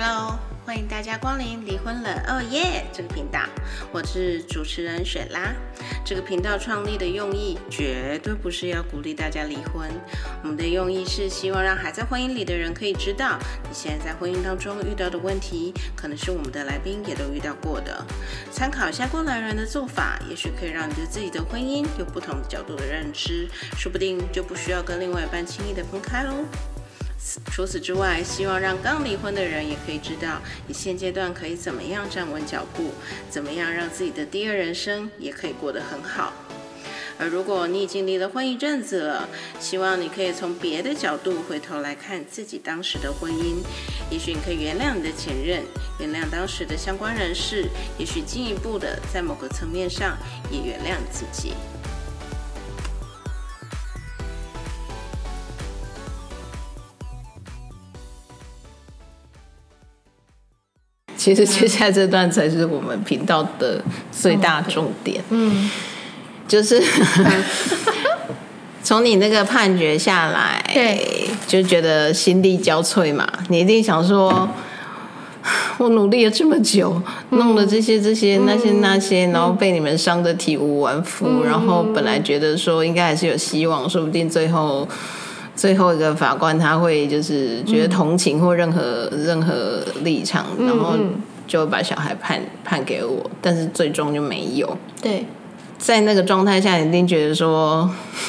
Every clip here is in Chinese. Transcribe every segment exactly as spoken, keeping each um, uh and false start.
Hello， 欢迎大家光临离婚了哦耶这个频道，我是主持人雪拉。这个频道创立的用意绝对不是要鼓励大家离婚，我们的用意是希望让还在婚姻里的人可以知道，你现在在婚姻当中遇到的问题，可能是我们的来宾也都遇到过的。参考一下过来人的做法，也许可以让你对自己的婚姻有不同的角度的认知，说不定就不需要跟另外一半轻易的分开咯。除此之外，希望让刚离婚的人也可以知道，你现阶段可以怎么样站稳脚步，怎么样让自己的第二人生也可以过得很好。而如果你已经离了婚一阵子了，希望你可以从别的角度回头来看自己当时的婚姻，也许你可以原谅你的前任，原谅当时的相关人士，也许进一步的在某个层面上也原谅自己。 其实接下来这段才是我们频道的最大重点，嗯，就是从你那个判决下来，对，就觉得心力交瘁嘛，你一定想说，我努力了这么久，嗯、弄了这些这些那些那些，嗯、然后被你们伤得体无完肤，嗯、然后本来觉得说应该还是有希望，说不定最后。最后一个法官他会就是觉得同情或任何、嗯、任何立场，然后就把小孩判判给我，但是最终就没有。 对， 在那个状态下，你一定觉得说，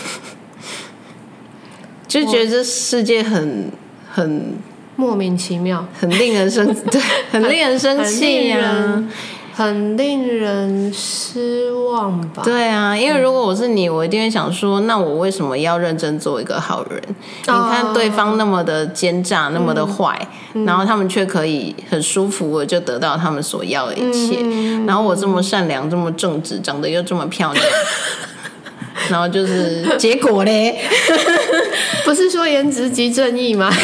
就觉得这世界很很莫名其妙， 很令人生对，很令人生气呀。 很令人失望吧？ 对啊，因为如果我是你，我一定会想说，那我为什么要认真做一个好人？哦、你看对方那么的奸诈，那么的坏，嗯、然后他们却可以很舒服的就得到他们所要的一切，嗯、然后我这么善良，这么正直，长得又这么漂亮。然后就是结果嘞， 不是说颜值即正义吗？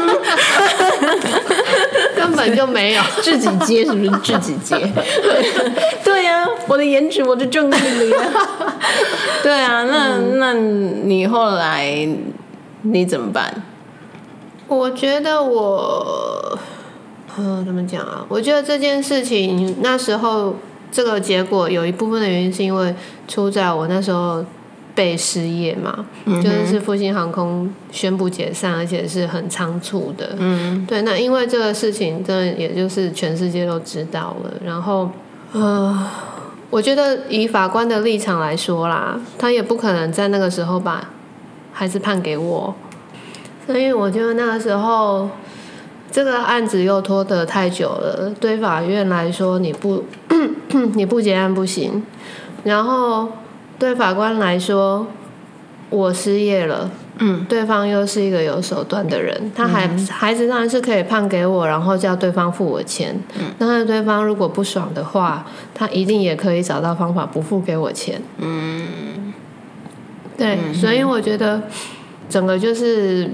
根本就没有自己接，是不是自己接？对啊，我的颜值，我的正义里啊。对啊，那、嗯、那你后来你怎么办？ 我觉得我，嗯，怎么讲啊？我觉得这件事情那时候这个结果有一部分的原因是因为出在我那时候。被失业嘛，嗯、就是复兴航空宣布解散，而且是很仓促的。嗯，对，那因为这个事情，真的也就是全世界都知道了。然后，呃，我觉得以法官的立场来说啦，他也不可能在那个时候把孩子判给我，所以我觉得那个时候这个案子又拖得太久了，对法院来说，你不你不结案不行，然后。对法官来说，我失业了，嗯，对方又是一个有手段的人，他还、嗯、孩子当然是可以判给我，然后叫对方付我钱。嗯，但是对方如果不爽的话，他一定也可以找到方法不付给我钱。嗯，对，嗯、所以我觉得整个就是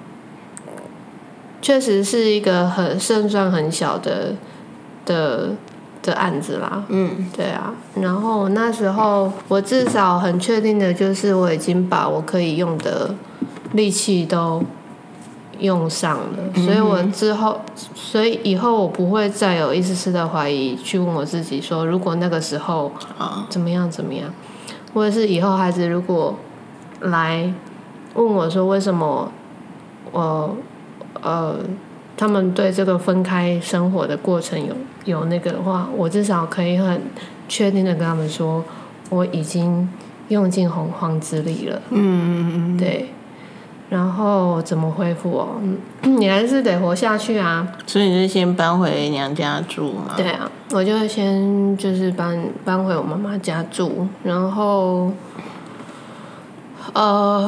确实是一个很胜算很小的的。的案子啦，嗯，对啊，然后那时候我至少很确定的就是我已经把我可以用的力气都用上了，嗯、所以我之后，所以以后我不会再有一丝丝的怀疑去问我自己说，如果那个时候怎么样怎么样，或者是以后孩子如果来问我说为什么我呃。他们对这个分开生活的过程有有那个的话，我至少可以很确定的跟他们说，我已经用尽洪荒之力了。嗯嗯嗯，对。然后怎么恢复哦？你还是得活下去啊。 所以你是先搬回娘家住吗？ 对啊，我就先就是搬搬回我妈妈家住，然后呃。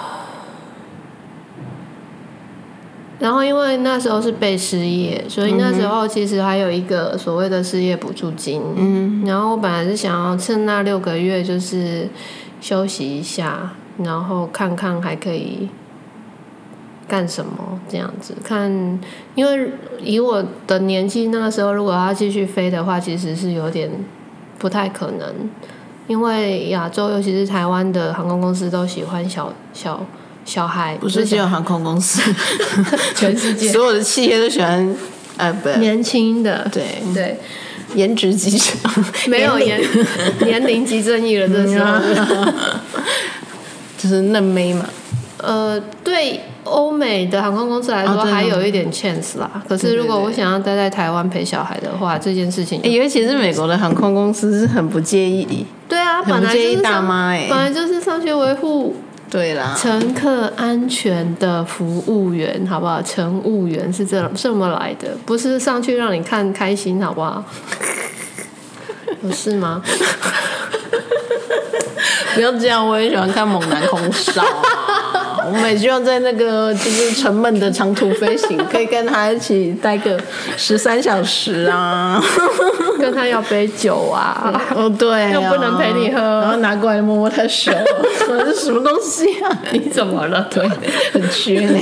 然后因为那时候是被失业，所以那时候其实还有一个所谓的失业补助金。嗯，然后我本来是想要趁那六个月就是休息一下，然后看看还可以干什么这样子。看，因为以我的年纪，那个时候如果要继续飞的话，其实是有点不太可能，因为亚洲尤其是台湾的航空公司都喜欢小小。小孩不是只有航空公司， 全世界所有的企业都喜欢呃不， 年轻的， 对对， 颜值极上， 没有年年龄极正义了，这时候就是嫩妹嘛。 呃，对欧美的航空公司来说，还有一点 chance 啦。可是如果我想要待在台湾陪小孩的话，这件事情， 尤其是美国的航空公司是很不介意。 对啊， 很不介意大妈哎， 本来就是上去维护。 对啦， 乘客安全的服务员，好不好？乘务员是这这么来的，不是上去让你看开心，好不好？不是吗？ 不要这样，我也喜欢看猛男空少啊！我每希望在那个就是沉闷的长途飞行，可以跟他一起待个十三小时啊， 跟他要杯酒啊， 哦对、啊， 又不能陪你喝， 然后拿过来摸摸他手，这是什么东西啊？ 你怎么了？ 对，很缺呢。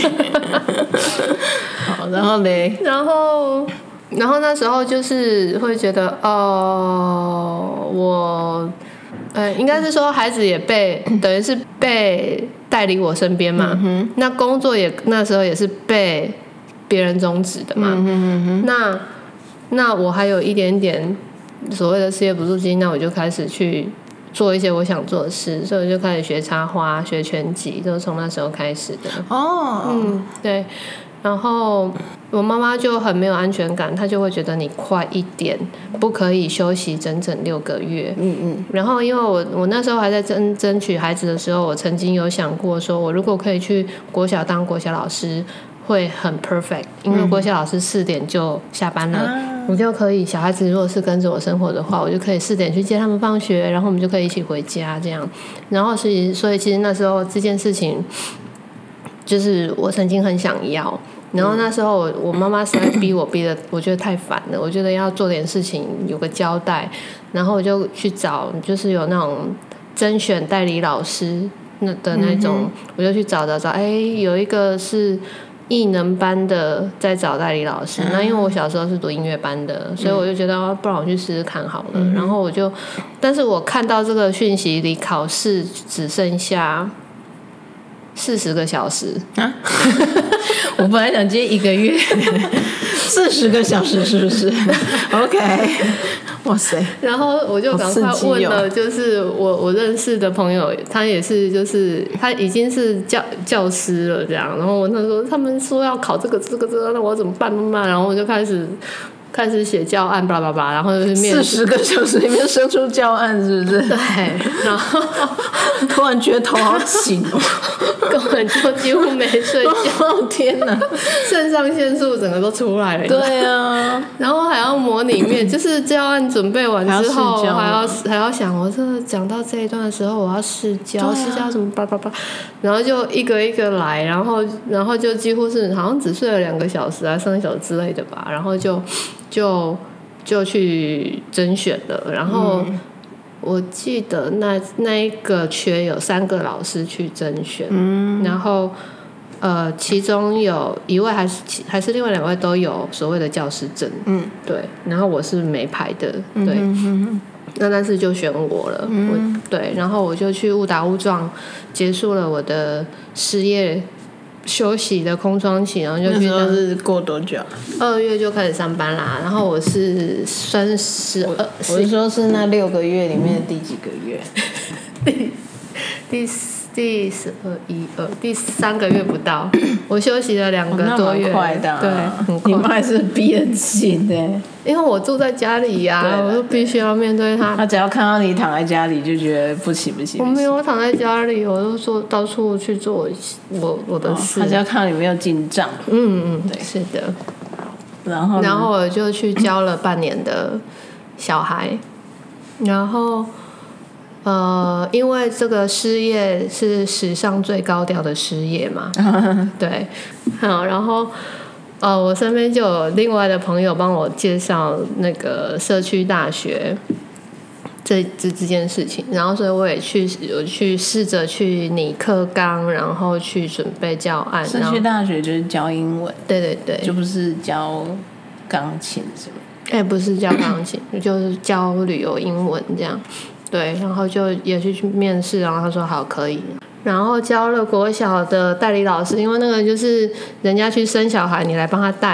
好，然后呢？ 然后。然后那时候就是会觉得，哦，我，呃，应该是说孩子也被等于是被带离我身边嘛，嗯、那工作也那时候也是被别人终止的嘛，嗯、哼那那我还有一点点所谓的事业补助金，那我就开始去做一些我想做的事，所以我就开始学插花、学拳击，都是从那时候开始的。 哦， 嗯，对。然后我妈妈就很没有安全感，她就会觉得你快一点，不可以休息整整六个月。嗯嗯。然后因为我我那时候还在争争取孩子的时候，我曾经有想过，说我如果可以去国小当国小老师，会很 perfect， 因为国小老师四点就下班了，嗯、我就可以小孩子如果是跟着我生活的话，我就可以四点去接他们放学，然后我们就可以一起回家这样。然后所以所以其实那时候这件事情。就是我曾经很想要，然后那时候 我, 我妈妈实在逼我逼的，我觉得太烦了，我觉得要做点事情有个交代，然后我就去找，就是有那种甄选代理老师那的那种，嗯、我就去找找找，哎，有一个是艺能班的在找代理老师，嗯、那因为我小时候是读音乐班的，所以我就觉得不然我去试试看好了，嗯、然后我就，但是我看到这个讯息离考试只剩下。四十个小时啊！ 我本来想接一个月，四十个小时是不是 ？OK， 哇塞！ 然后我就赶快问了，就是我我认识的朋友，他也是，就是他已经是教教师了这样。然后我那时候他们说要考这个这个这个，那我怎么办嘛？然后我就开始。开始写教案，巴拉巴拉，然后就是面四十个小时里面生出教案，是不是？ 对，然后突然觉得头好紧哦， 根本就几乎没睡觉。 哦天哪， 肾上腺素整个都出来了。 对啊， 然后还要模拟面，就是教案准备完之后，还要还要, 还要想，我这讲到这一段的时候，我要试教，试教什么巴拉巴拉，然后就一个一个来，然后然后就几乎是好像只睡了两个小时啊，三个小时之类的吧，然后就。就就去甄选了，然后我记得那那一个缺有三个老师去甄选，嗯、然后呃，其中有一位还是还是另外两位都有所谓的教师证，嗯，对，然后我是没牌的，对，嗯、那但是就选我了，嗯、我对，然后我就去误打误撞结束了我的失业。休息的空窗期，然后就去。 那时候是过多久？ 二月就开始上班啦，然后我是算十二， 我是说是那六个月里面的第几个月？ 第第第十二一二第三个月不到，我休息了两个多月， 哦、那蛮快的、啊， 对，很快。 你们还是逼得紧的， 因为我住在家里呀、啊，我就必须要面对他。 他只要看到你躺在家里，就觉得不行不行。 我没有躺在家里，我都做到处去做我我的事。 哦、他只要看到你没有进账， 嗯嗯，对，是的。 然后， 然后我就去教了半年的小孩，然后。呃，因为这个失业是史上最高调的失业嘛，对，好，然后呃，我身边就有另外的朋友帮我介绍那个社区大学这这这件事情，然后所以我也去，我去试着去拟课纲，然后去准备教案。 社区大学就是教英文， 对对对， 就不是教钢琴是吗？ 哎、欸，不是教钢琴，就是教旅游英文这样。对，然后就也去去面试，然后他说好可以，然后教了国小的代理老师，因为那个就是人家去生小孩，你来帮他带，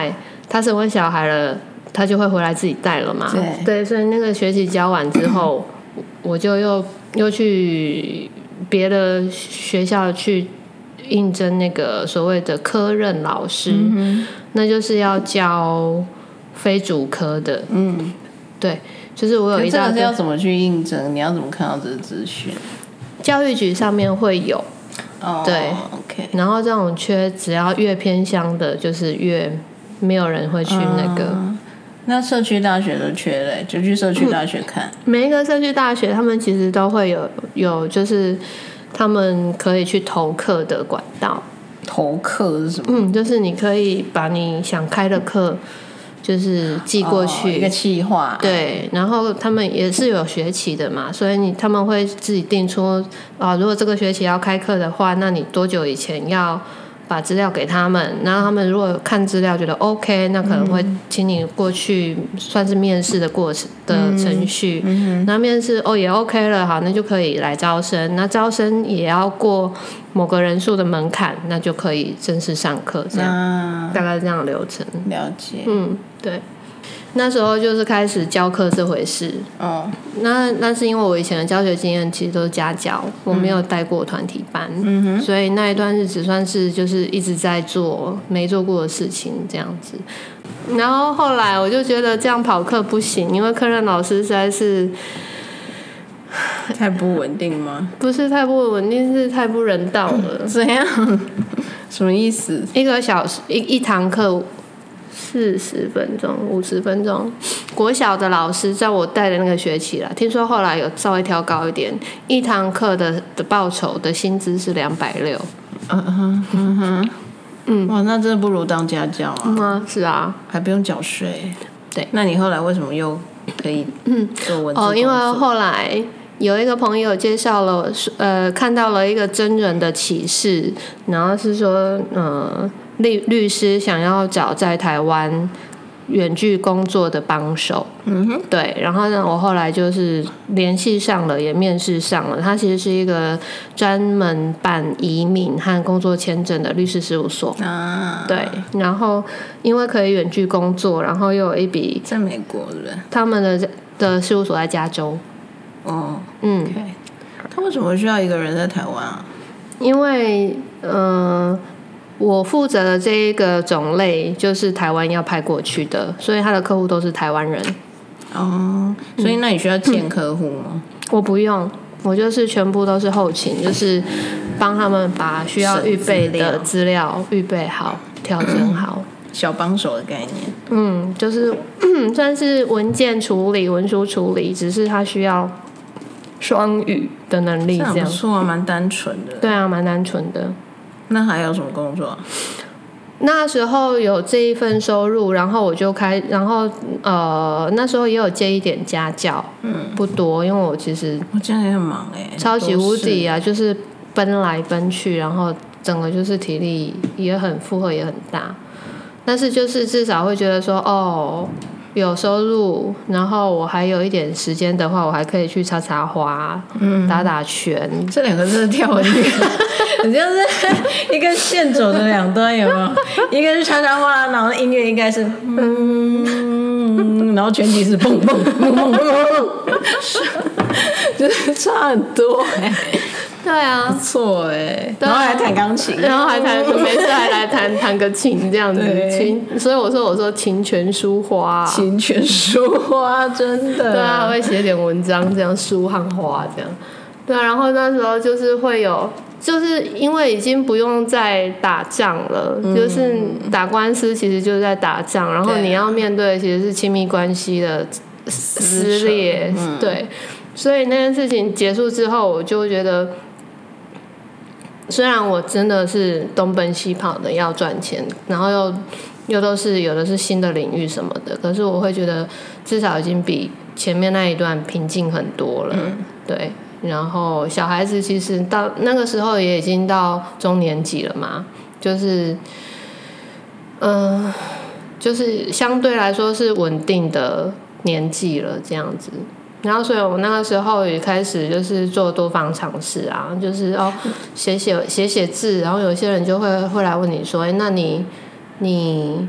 他生完小孩了，他就会回来自己带了嘛。 对， 对，所以那个学期教完之后，我就又又去别的学校去应征那个所谓的科任老师，嗯、那就是要教非主科的。嗯，对，就是我有一大堆。 这个是要怎么去应征？你要怎么看到这个资讯？ 教育局上面会有。 哦， 对 ，OK。 然后这种缺只要越偏乡的，就是越没有人会去那个。 嗯、那社区大学都缺嘞，就去社区大学看。 嗯、每一个社区大学，他们其实都会有有，就是他们可以去投课的管道。 投课是什么？ 嗯，就是你可以把你想开的课。就是寄过去、 哦、一个企划， 对，然后他们也是有学期的嘛，所以你他们会自己定出啊，如果这个学期要开课的话，那你多久以前要把资料给他们，然后他们如果看资料觉得 OK， 那可能会请你过去算是面试的过程的程序，嗯嗯、那面试哦也 OK 了，好，那就可以来招生，那招生也要过某个人数的门槛，那就可以正式上课，这样、啊、大概这样的流程。 了解， 嗯，对。那时候就是开始教课这回事。哦，那那是因为我以前的教学经验其实都是家教，我没有带过团体班，嗯、所以那一段日子算是就是一直在做没做过的事情这样子。然后后来我就觉得这样跑课不行，因为科任老师实在是太不稳定吗？ 不是太不稳定，是太不人道了。 怎样？什么意思？ 一个小时一一堂课。四十分钟、五十分钟，国小的老师在我带的那个学期啦，听说后来有稍微调高一点，一堂课的的报酬的薪资是两百六。 嗯哼嗯哼，嗯，哇，那真的不如当家教啊！ 嗯啊，是啊， 还不用缴税。 对， 那你后来为什么又可以做文字工作？ 哦，因为后来有一个朋友介绍了，呃，看到了一个真人的启事，然后是说，嗯、呃。律律师想要找在台湾远距工作的帮手，嗯哼，对，然后呢，我后来就是联系上了，也面试上了。他其实是一个专门办移民和工作签证的律师事务所啊，对，然后因为可以远距工作，然后又有一笔在美国，对不对？ 他们的的事务所在加州。 哦，嗯， okay. 他为什么需要一个人在台湾啊？ 因为，嗯、呃。我负责的这一个种类就是台湾要派过去的，所以他的客户都是台湾人。 哦，所以那你需要见客户吗？ 嗯、我不用，我就是全部都是后勤，就是帮他们把需要预备的资料预备好、调整好， 小帮手的概念。 嗯，就是算是文件处理、文书处理，只是他需要双语的能力，这样这样不错啊，蛮单纯的。 对啊，蛮单纯的。 那还有什么工作？ 那时候有这一份收入，然后我就开，然后呃那时候也有接一点家教，嗯，不多，因为我其实我这样也很忙哎、欸， 超级无敌啊，就是奔来奔去，然后整个就是体力也很负荷也很大，但是就是至少会觉得说哦。有收入，然后我还有一点时间的话，我还可以去插插花、嗯、打打拳。 这两个真的跳很远，很像是一个线走的两端，有没有？一个是插插花，然后音乐应该是嗯，然后拳击是蹦蹦蹦蹦蹦蹦，就是差很多哎、欸。 对啊， 不错哎、欸，然后还弹钢琴， 然后还弹，每次还来弹弹个琴这样子，琴，所以我说我说琴拳书画， 琴拳书画真的， 对啊，还会写点文章这样书和画这样，对啊，然后那时候就是会有，就是因为已经不用再打仗了，嗯、就是打官司其实就是在打仗，然后你要面对的其实是亲密关系的撕裂，嗯、对，所以那件事情结束之后，我就觉得。虽然我真的是东奔西跑的要赚钱，然后又又都是有的是新的领域什么的，可是我会觉得至少已经比前面那一段平静很多了，嗯、对。然后小孩子其实到那个时候也已经到中年级了嘛，就是，嗯、呃，就是相对来说是稳定的年纪了，这样子。然后，所以我那个时候也开始就是做多方尝试啊，就是哦写写写写字，然后有些人就会会来问你说，哎，那你你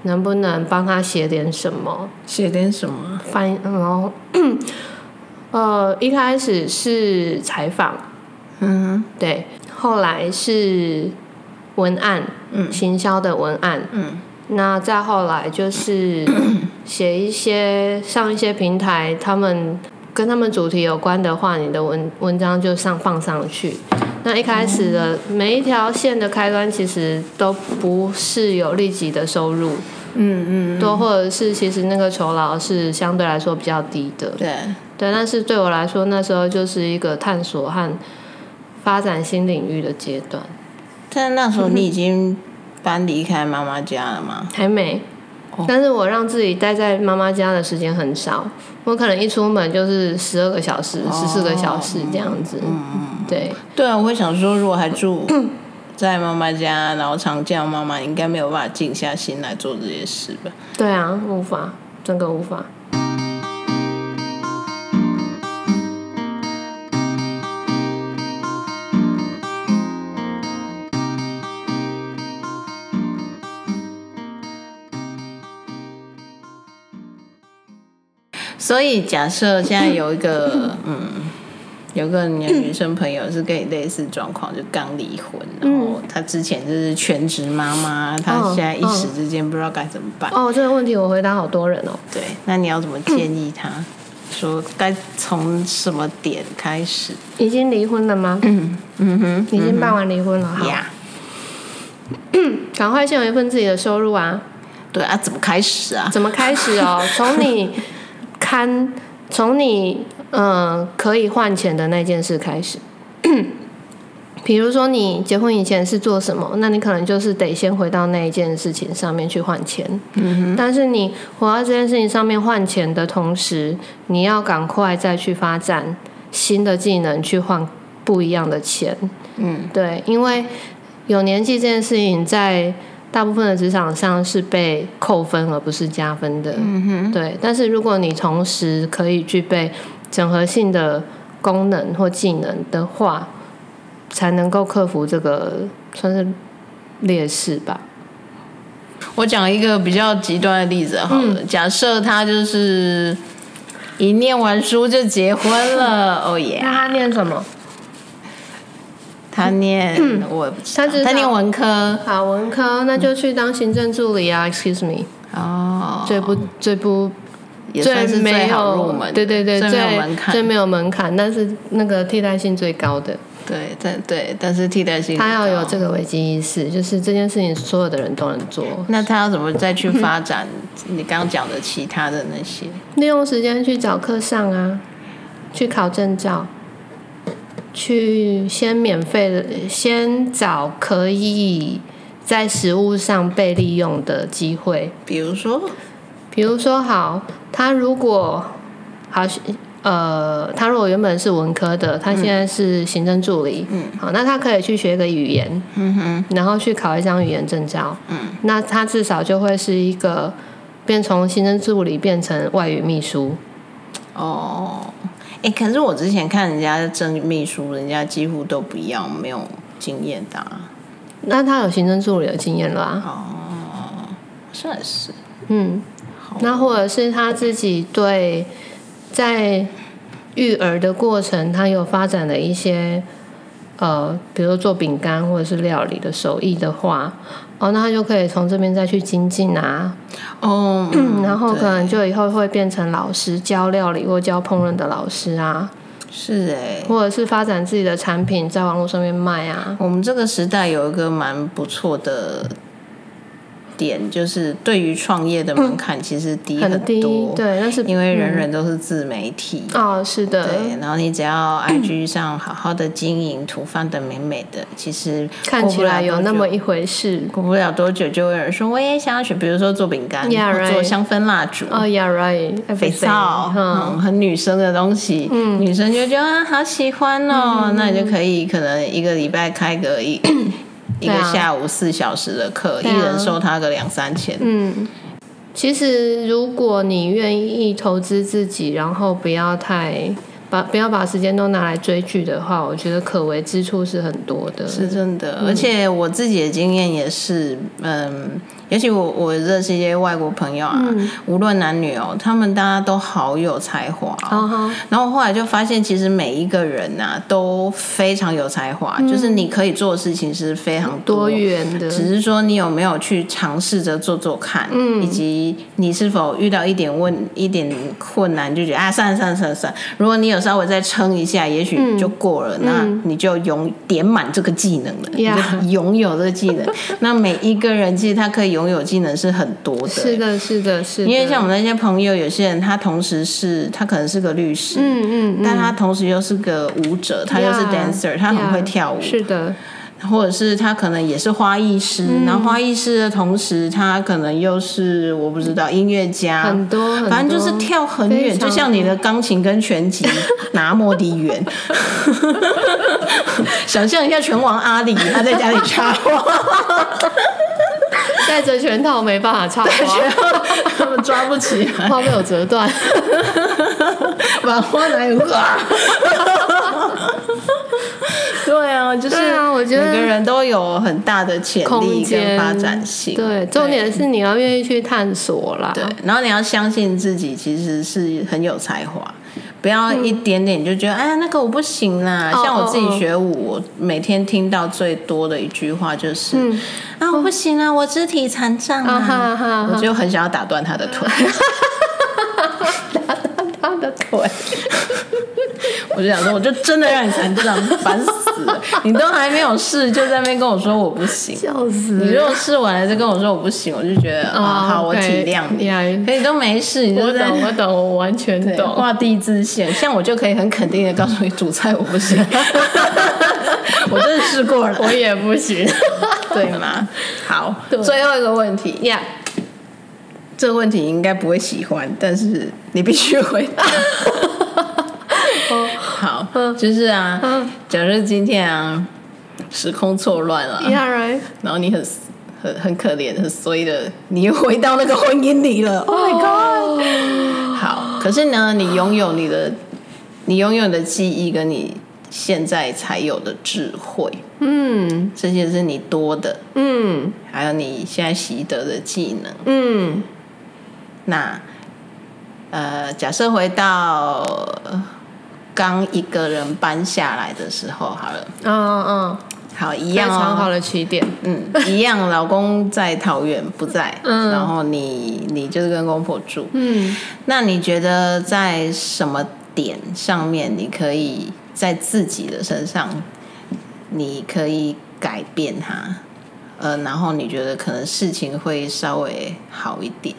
能不能帮他写点什么？ 写点什么？ 翻，然后呃，一开始是采访， 嗯， 对，后来是文案， 嗯， 行销的文案， 嗯， 那再后来就是写一些上一些平台，他们跟他们主题有关的话，你的文文章就上放上去。那一开始的每一条线的开端其实都不是有立即的收入， 嗯嗯， 多或者是其实那个酬劳是相对来说比较低的， 对对，但是对我来说那时候就是一个探索和发展新领域的阶段。 但那时候你已经搬离开妈妈家了吗？ 还没，但是我让自己待在妈妈家的时间很少，我可能一出门就是十二个小时、十四个小时这样子。嗯嗯，对。 对啊，我会想说，如果还住在妈妈家，然后常见妈妈，应该没有办法静下心来做这些事吧？ 对啊，无法，真的无法。 所以假设现在有一个嗯，有个你的女生朋友是跟你类似状况，就刚离婚，然后她之前就是全职妈妈，她现在一时之间不知道该怎么办。 哦，这个问题我回答好多人哦。 对，那你要怎么建议她？说该从什么点开始？ 已经离婚了吗？ 嗯嗯哼， 已经办完离婚了，好。 呀， 赶快先有一份自己的收入啊！ 对啊，怎么开始啊？ 怎么开始哦？从你看，从你嗯、呃、可以换钱的那件事开始。比如说你结婚以前是做什么，那你可能就是得先回到那一件事情上面去换钱。嗯、但是你回到这件事情上面换钱的同时，你要赶快再去发展新的技能，去换不一样的钱。嗯，对，因为有年纪这件事情在大部分的职场上是被扣分而不是加分的。嗯哼，对。但是如果你同时可以具备整合性的功能或技能的话，才能够克服这个算是劣势吧。 我讲一个比较极端的例子好了，嗯、假设他就是一念完书就结婚了，哦耶！ 那他念什么？ 他念、嗯、我他他念文科， 好文科，那就去当行政助理啊。Excuse me。哦。最不最不。 也算是最好入门， 对对对， 最没有门槛， 最没有门槛，但是那个替代性最高的。 对，但对，但是替代性他要有这个危机意识，就是这件事情所有的人都能做。 那他要怎么再去发展你刚刚讲的其他的那些？ 利用时间去找课上啊，去考证照，去先免费的，先找可以在实务上被利用的机会， 比如说。 比如说，好，他如果好，呃，他如果原本是文科的，他现在是行政助理，嗯，好，那他可以去学个语言，嗯哼，然后去考一张语言证照，嗯，那他至少就会是一个变从行政助理变成外语秘书。 哦，哎，可是我之前看人家正秘书，人家几乎都不要没有经验的、啊， 那他有行政助理的经验了啊？ 哦，算是， 嗯。那或者是他自己对在育儿的过程，他有发展的一些呃，比如说做饼干或者是料理的手艺的话，哦，那他就可以从这边再去精进啊。哦、嗯，然后可能就以后会变成老师，教料理或教烹饪的老师啊。 是哎、欸， 或者是发展自己的产品在网络上面卖啊。 我们这个时代有一个蛮不错的点，就是对于创业的门槛其实低很多， 很低，对，但是因为人人都是自媒体、 嗯、哦，是的， 对，然后你只要 I G 上好好的经营，图放的美美的，其实看起来有那么一回事， 过不了多久就会有人说我也想要学，比如说做饼干、 yeah, right. 做香氛蜡烛， 哦、oh, yeah right， 肥皂，嗯，很女生的东西，嗯，女生就觉得啊好喜欢哦、嗯，那你就可以可能一个礼拜开个一。一个下午四小时的课、啊，一人收他个两三千。 嗯，其实如果你愿意投资自己，然后不要太把不要把时间都拿来追剧的话，我觉得可为之处是很多的。 是真的，嗯、而且我自己的经验也是，嗯， 尤其我我认识一些外国朋友啊，嗯、无论男女哦，他们大家都好有才华、哦 uh-huh. 然后后来就发现，其实每一个人啊都非常有才华，嗯、就是你可以做的事情是非常多, 多元的， 只是说你有没有去尝试着做做看，嗯、以及你是否遇到一点问一点困难就觉得啊算了算了算了算了，如果你有稍微再撑一下，也许就过了，嗯、那你就拥点满这个技能了， yeah. 你就拥有这个技能。那每一个人其实他可以拥有技能是很多的， 是的是的是的。 因为像我们那些朋友，有些人他同时是他可能是个律师，嗯嗯嗯，但他同时又是个舞者，他又是 dancer， 他很会跳舞， yeah, 是的。 或者是他可能也是花艺师，嗯、然后花艺师的同时，他可能又是我不知道音乐家， 很多，很多反正就是跳很远，就像你的钢琴跟拳击那么的远。想象一下拳王阿里，他在家里插花， 带着拳套没办法插花， 他们抓不起来， 花被我折断， 把花拿有挂。对啊，就是啊，我觉得每个人都有很大的潜力跟发展性。 对，重点是你要愿意去探索啦。 对，然后你要相信自己其实是很有才华，不要一点点就觉得、嗯、哎呀那个我不行啦。哦、像我自己学舞，哦、我每天听到最多的一句话就是、嗯、啊我不行啊，我肢体残障啊，啊哈哈我就很想要打断他的腿。打断他的腿。我就想说，我就真的让你残障，烦死了！你都还没有试，就在那边跟我说我不行， 笑死！ 你如果试完了再跟我说我不行，我就觉得啊、哦，好，我体谅你。可你都没试，你就在我懂，我懂，我完全懂， 画地自限。像我就可以很肯定的告诉你，主菜我不行，我真的试过了， 我也不行， 对吗？好，最后一个问题呀。 Yeah.这个问题应该不会喜欢，但是你必须回答。好，就是啊，假设今天啊，时空错乱了 ，yeah, right. 然后你很很很可怜、很衰的，你又回到那个婚姻里了。Oh my god！ 好，可是呢，你拥有你的，你拥有你的记忆，跟你现在才有的智慧，嗯，这些是你多的，嗯，还有你现在习得的技能，嗯。那呃，假设回到刚一个人搬下来的时候好了， 嗯嗯嗯， 好，一样、哦、 非常好的起点， 嗯，一样，老公在桃园不在，嗯，然后你你就是跟公婆住，嗯，那你觉得在什么点上面，你可以在自己的身上，你可以改变它，呃，然后你觉得可能事情会稍微好一点？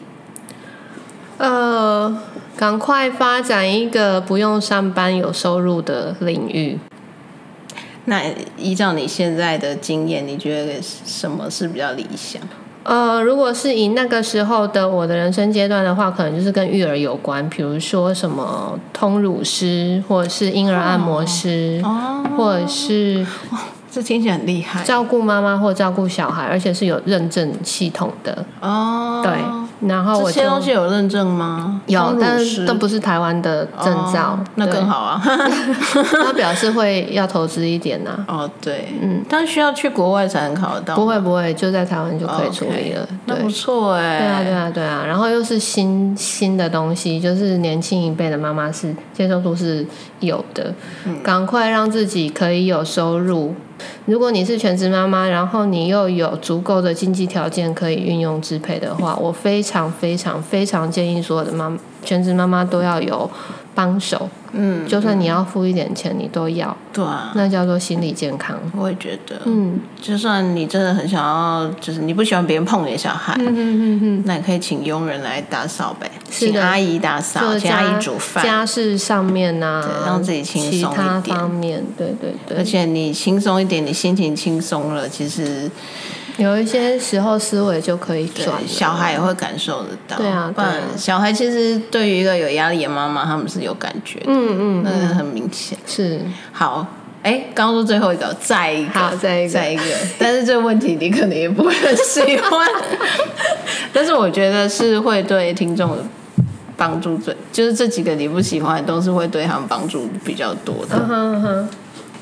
呃，赶快发展一个不用上班有收入的领域。 那依照你现在的经验，你觉得什么是比较理想？ 呃，如果是以那个时候的我的人生阶段的话，可能就是跟育儿有关，比如说什么通乳师，或者是婴儿按摩师，哦、或者是。 哦这听起来很厉害， 照顾妈妈或照顾小孩，而且是有认证系统的哦。对，然后我这些东西有认证吗？ 有，但是都不是台湾的证照，哦、 那更好啊。 他表示会要投资一点呐、 啊。哦，对，嗯，但需要去国外才能考得到。 不会不会，就在台湾就可以处理了。哦 okay, 那不错哎。 对啊对啊对啊，然后又是新新的东西，就是年轻一辈的妈妈是接受度是有的，嗯、赶快让自己可以有收入。如果你是全职妈妈，然后你又有足够的经济条件可以运用支配的话，我非常非常非常建议所有的妈全职妈妈都要有帮手，嗯，就算你要付一点钱，你都要， 对啊， 那叫做心理健康。 我也觉得，嗯，就算你真的很想要，就是你不喜欢别人碰你的小孩，嗯嗯嗯，那你可以请佣人来打扫呗，请阿姨打扫，请阿姨煮饭， 家事上面啊， 对，让自己轻松一点， 其他方面，对对对， 而且你轻松一点，你心情轻松了，其实。 有一些时候思维就可以转， 小孩也会感受得到。 对啊， 不然小孩其实对于一个有压力的妈妈，他们是有感觉的，嗯嗯，那个很明显。 是好，哎，刚刚说最后一个，再一个， 好，再一个， 再一个。但是这个问题你可能也不会很喜欢，但是我觉得是会对听众帮助最，就是这几个你不喜欢，都是会对他们帮助比较多的。 嗯哼嗯哼。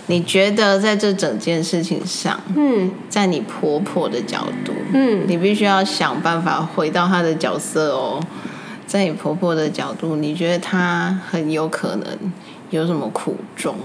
你觉得在这整件事情上，嗯，在你婆婆的角度，嗯，你必须要想办法回到她的角色哦。在你婆婆的角度，你觉得她很有可能有什么苦衷？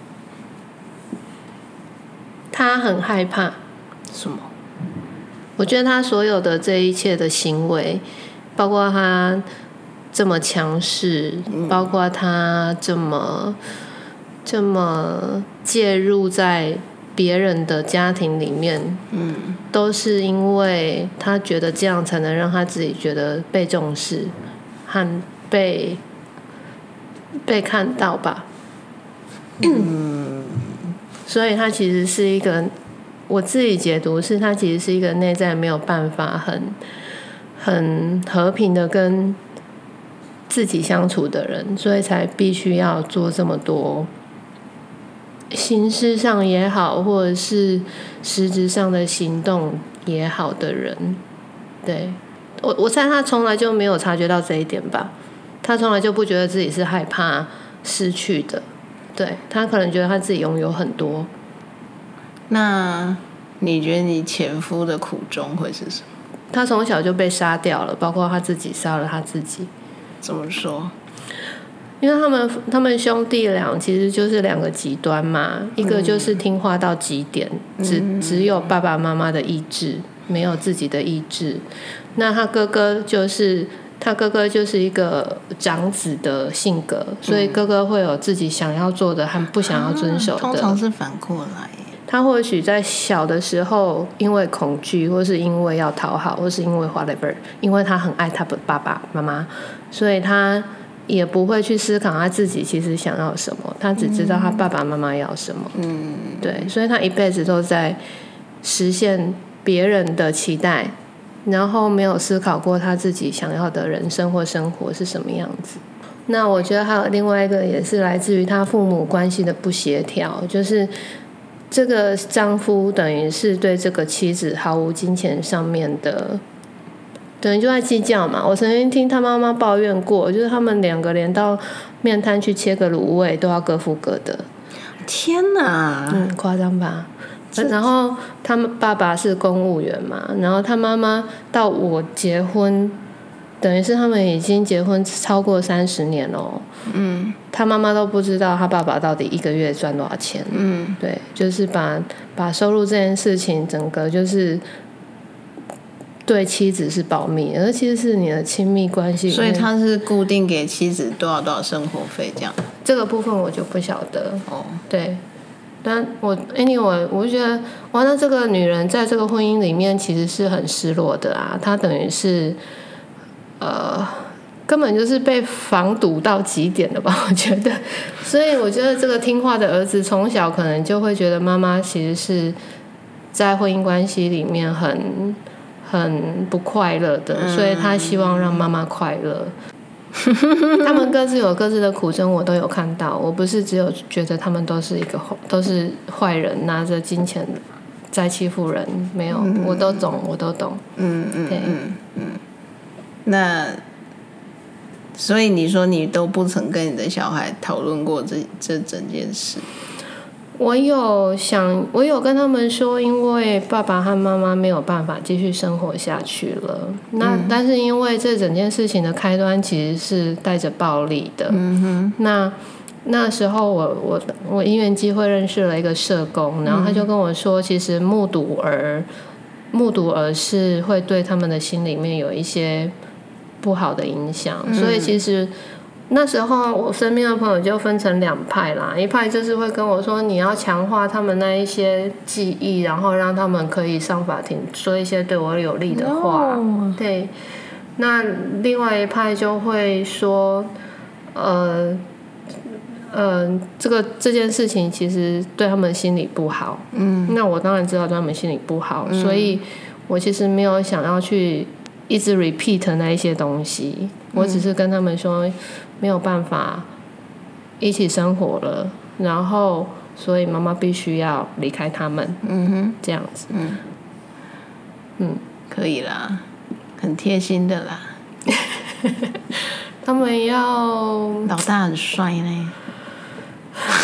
她很害怕什么？ 我觉得她所有的这一切的行为，包括她这么强势，嗯、包括她这么这么介入在别人的家庭里面，嗯，都是因为她觉得这样才能让她自己觉得被重视和被被看到吧。嗯，所以她其实是一个，我自己解读是她其实是一个内在没有办法很很和平的跟自己相处的人，所以才必须要做这么多形式上也好，或者是实质上的行动也好的人。对，我我猜他从来就没有察觉到这一点吧，他从来就不觉得自己是害怕失去的，对，他可能觉得他自己拥有很多。 那你觉得你前夫的苦衷会是什么？ 他从小就被杀掉了，包括他自己杀了他自己。 怎么说？ 因为他们他们兄弟俩其实就是两个极端嘛，一个就是听话到极点，嗯、只只有爸爸妈妈的意志，没有自己的意志。那他哥哥就是他哥哥就是一个长子的性格，所以哥哥会有自己想要做的和不想要遵守的。啊、 通常是反过来。 他或许在小的时候因为恐惧，或是因为要讨好，或是因为 whatever， 因为他很爱他的爸爸妈妈，所以他也不会去思考他自己其实想要什么，他只知道他爸爸妈妈要什么。嗯，对，所以他一辈子都在实现别人的期待，然后没有思考过他自己想要的人生或生活是什么样子。那我觉得还有另外一个也是来自于他父母关系的不协调，就是这个丈夫等于是对这个妻子毫无金钱上面的，等于就在计较嘛。我曾经听他妈妈抱怨过，就是他们两个连到面摊去切个卤味都要各付各的。 天哪， 嗯，夸张吧？然后他们爸爸是公务员嘛，然后他妈妈到我结婚，等于是他们已经结婚超过三十年了。嗯，他妈妈都不知道他爸爸到底一个月赚多少钱。嗯，对，就是把把收入这件事情，整个就是对妻子是保密，而其实是你的亲密关系。 所以他是固定给妻子多少多少生活费这样。 这个部分我就不晓得。哦，对。但我 anyway 我就觉得哇，那这个女人在这个婚姻里面其实是很失落的啊，她等于是呃根本就是被防堵到极点了吧，我觉得。所以我觉得这个听话的儿子从小可能就会觉得妈妈其实是在婚姻关系里面很很不快乐的，嗯、所以他希望让妈妈快乐。他们各自有各自的苦衷，我都有看到。我不是只有觉得他们都是一个都是坏人，拿着金钱在欺负人，没有，嗯、我都懂，我都懂。嗯嗯嗯嗯。 那所以你说你都不曾跟你的小孩讨论过这这整件事？ 我有想，我有跟他们说，因为爸爸和妈妈没有办法继续生活下去了。那、嗯、但是因为这整件事情的开端其实是带着暴力的。嗯哼。那那时候我我我因缘机会认识了一个社工，然后他就跟我说，其实目睹儿目睹儿是会对他们的心里面有一些不好的影响，嗯、所以其实。那时候我身边的朋友就分成两派啦，一派就是会跟我说你要强化他们那一些记忆，然后让他们可以上法庭说一些对我有利的话。No. 对，那另外一派就会说，呃，呃，这个这件事情其实对他们心里不好。嗯，那我当然知道对他们心里不好，嗯、所以我其实没有想要去一直 repeat 那一些东西，我只是跟他们说。没有办法一起生活了，然后所以妈妈必须要离开他们。嗯哼，这样子。嗯嗯，可以啦，很贴心的啦。 他们要老大很帅呢。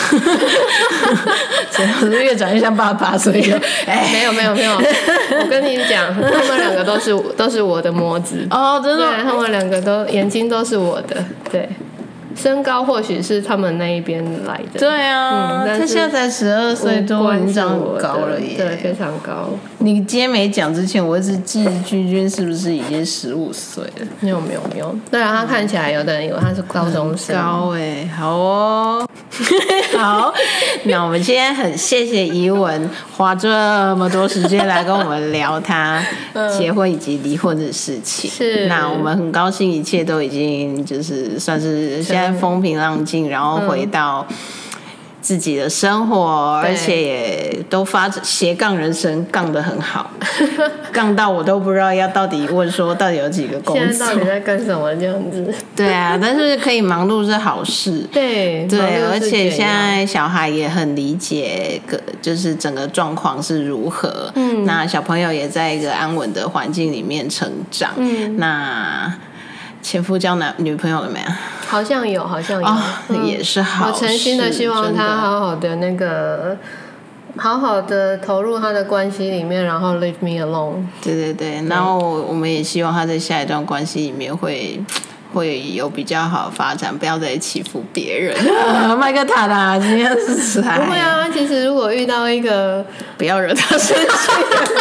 我是越长越像爸爸，所以就哎，没有没有没有，我跟你讲，他们两个都是都是我的模子哦，真的， 对，他们两个都眼睛都是我的，对。身高或许是他们那一边来的， 对啊，嗯、他现在才十二岁多，已经长很高了耶， 对，非常高。 你今天没讲之前，我一直记君君是不是已经十五岁了？ 没有没有没有，对啊，他看起来有的人以为他是高中生， 高哎、欸，好哦，好，那我们今天很谢谢怡文花这么多时间来跟我们聊他结婚以及离婚的事情， 是， 那我们很高兴一切都已经就是算是现在风平浪静，然后回到自己的生活，而且也都发斜杠人生，杠得很好，杠到我都不知道要到底问说到底有几个工作， 现在到底在干什么这样子？ 对啊，但是可以忙碌是好事， 对对，而且现在小孩也很理解个就是整个状况是如何，嗯，那小朋友也在一个安稳的环境里面成长，嗯，那前夫交男女朋友了没有？ 好像有，好像有， 哦嗯、也是好事。 我诚心的希望他好好的那个，好好的投入他的关系里面，然后 leave me alone。 对对对，然后我们也希望他在下一段关系里面会会有比较好的发展，不要再欺负别人。麦克塔啦，今天是才不会啊。其实如果遇到一个， 不要惹他生气。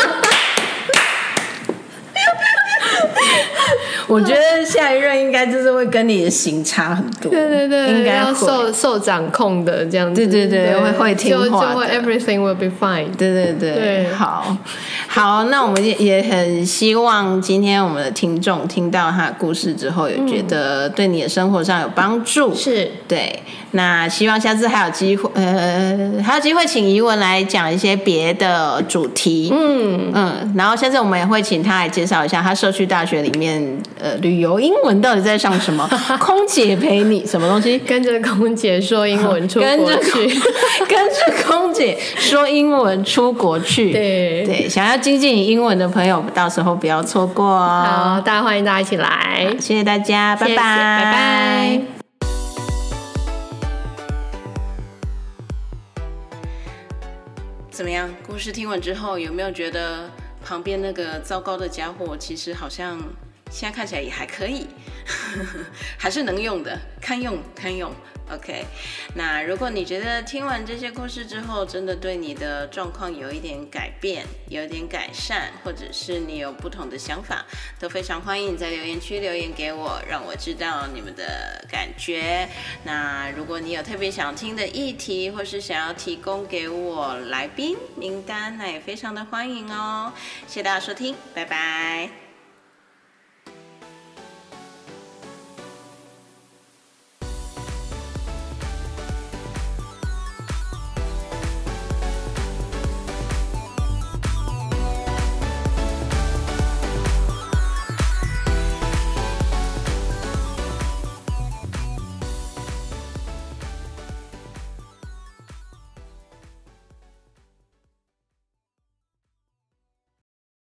我觉得下一任应该就是会跟你的型差很多， 对对对， 应该要受受掌控的这样子， 对对对，对会会听话的， 就就会 everything will be fine。 对对 对, 对好，好，那我们也很希望今天我们的听众听到他的故事之后，有觉得对你的生活上有帮助， 是对。那希望下次还有机会，呃，还有机会请怡文来讲一些别的主题，嗯嗯，然后下次我们也会请他来介绍一下他社区大学里面，呃，旅游英文到底在上什么，空姐陪你什么东西， 跟着空姐说英文出国去， 跟着空姐说英文出国去， 对对，想要精进你英文的朋友，到时候不要错过哦。 好，大家欢迎大家一起来， 谢谢大家，拜拜， 谢谢拜拜。 怎么样？故事听完之后，有没有觉得旁边那个糟糕的家伙，其实好像现在看起来也还可以，还是能用的，堪用堪用。OK， 那如果你觉得听完这些故事之后，真的对你的状况有一点改变，有一点改善，或者是你有不同的想法，都非常欢迎你在留言区留言给我，让我知道你们的感觉。那如果你有特别想听的议题，或是想要提供给我来宾名单，那也非常的欢迎哦。谢谢大家收听，拜拜。